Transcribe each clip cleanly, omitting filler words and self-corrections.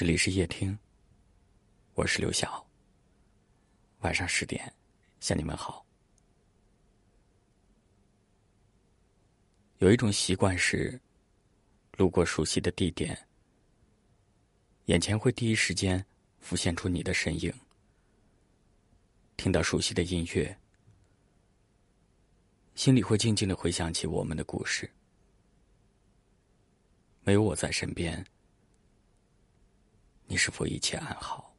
这里是夜听，我是刘晓。晚上10点向你们好。有一种习惯是，路过熟悉的地点，眼前会第一时间浮现出你的身影，听到熟悉的音乐，心里会静静地回想起我们的故事。没有我在身边，你是否一切安好？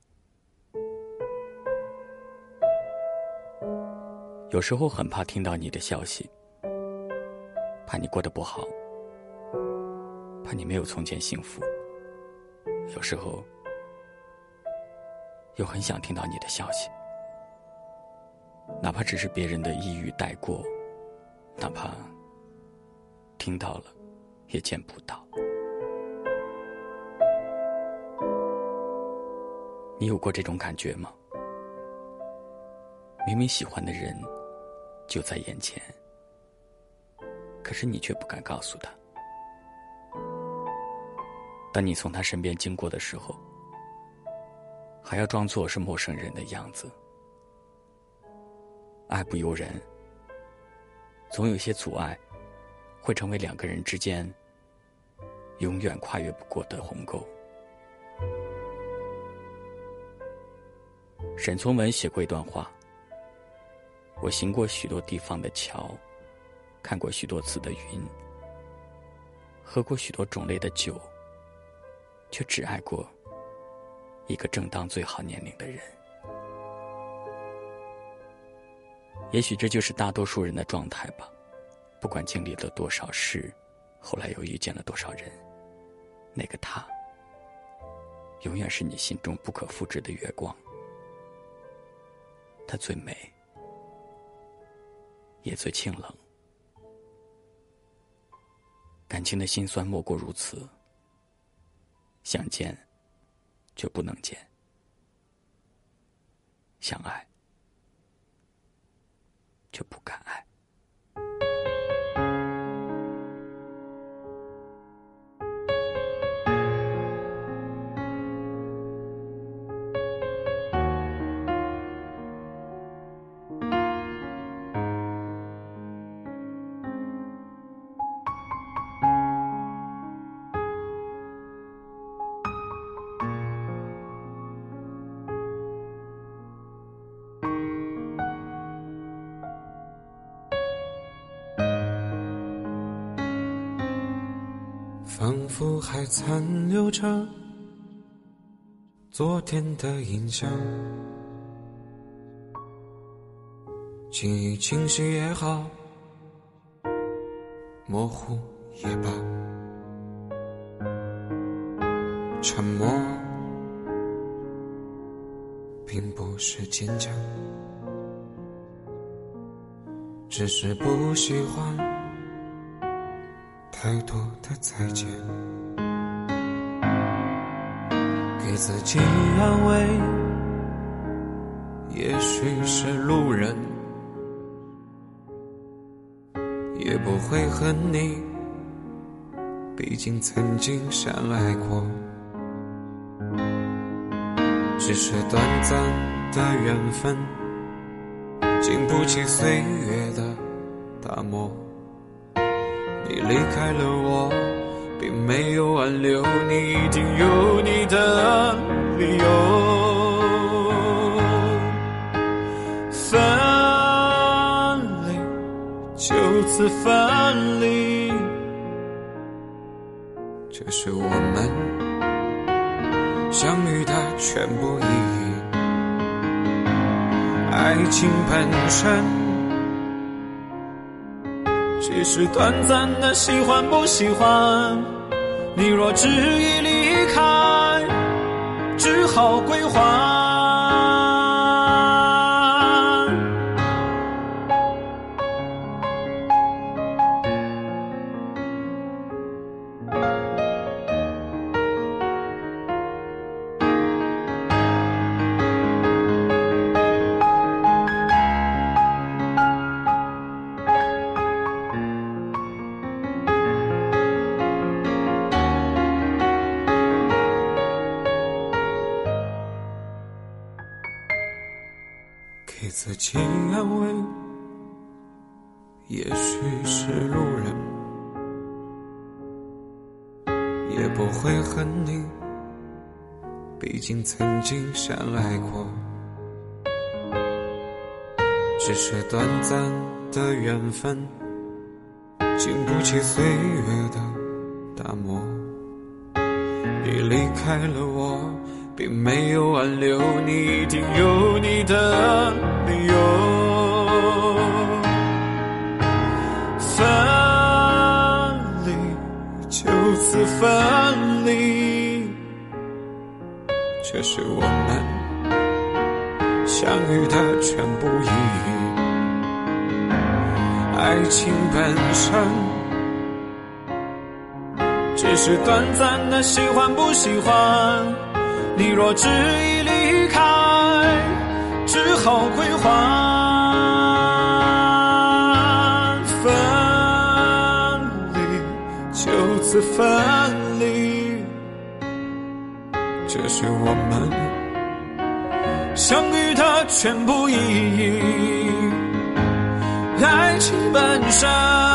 有时候很怕听到你的消息，怕你过得不好，怕你没有从前幸福。有时候又很想听到你的消息，哪怕只是别人的一语带过，哪怕听到了也见不到。你有过这种感觉吗？明明喜欢的人就在眼前，可是你却不敢告诉他。当你从他身边经过的时候，还要装作是陌生人的样子。爱不由人，总有些阻碍会成为两个人之间永远跨越不过的鸿沟。沈从文写过一段话：我行过许多地方的桥，看过许多次的云，喝过许多种类的酒，却只爱过一个正当最好年龄的人。也许这就是大多数人的状态吧，不管经历了多少事，后来又遇见了多少人，那个他永远是你心中不可复制的月光。它最美，也最清冷。感情的辛酸莫过如此，想见却不能见，想爱却不敢爱。 仿佛还残留着昨天的印象，记忆清晰也好，模糊也罢，沉默并不是坚强，只是不喜欢太多的再见，给自己安慰，也许是路人，也不会恨你，毕竟曾经相爱过，只是短暂的缘分，经不起岁月的打磨。你离开了我，并没有挽留，你一定有你的理由。分离，就此分离，这是我们相遇的全部意义。爱情本身只是短暂的喜欢不喜欢，你若执意离开，只好归还。 给自己安慰，也许是路人，也不会恨你，毕竟曾经相爱过。只是短暂的缘分，经不起岁月的打磨。你离开了我，并没有挽留，你一定有你的理由。分离，就此分离，这是我们相遇的全部意义。爱情本身只是短暂的喜欢不喜欢，你若执意离开，只好归还。分离，就此分离，这是我们相遇的全部意义。爱情本身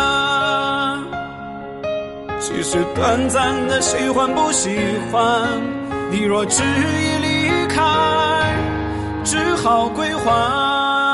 只是短暂的喜欢不喜欢，你若执意离开，只好归还。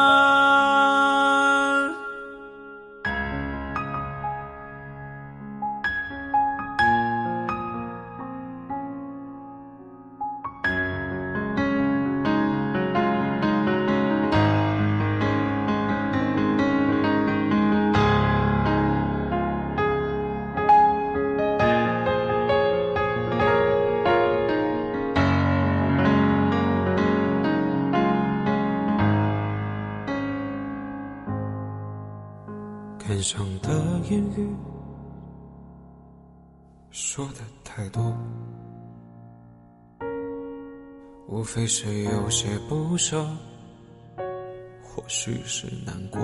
感伤的言语说的太多，无非是有些不舍，或许是难过。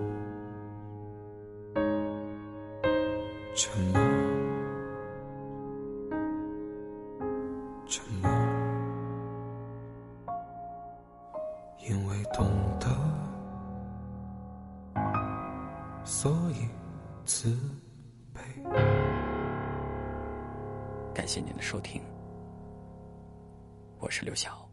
沉默，沉默，因为懂得，所以慈悲。 感谢您的收听，我是刘晓。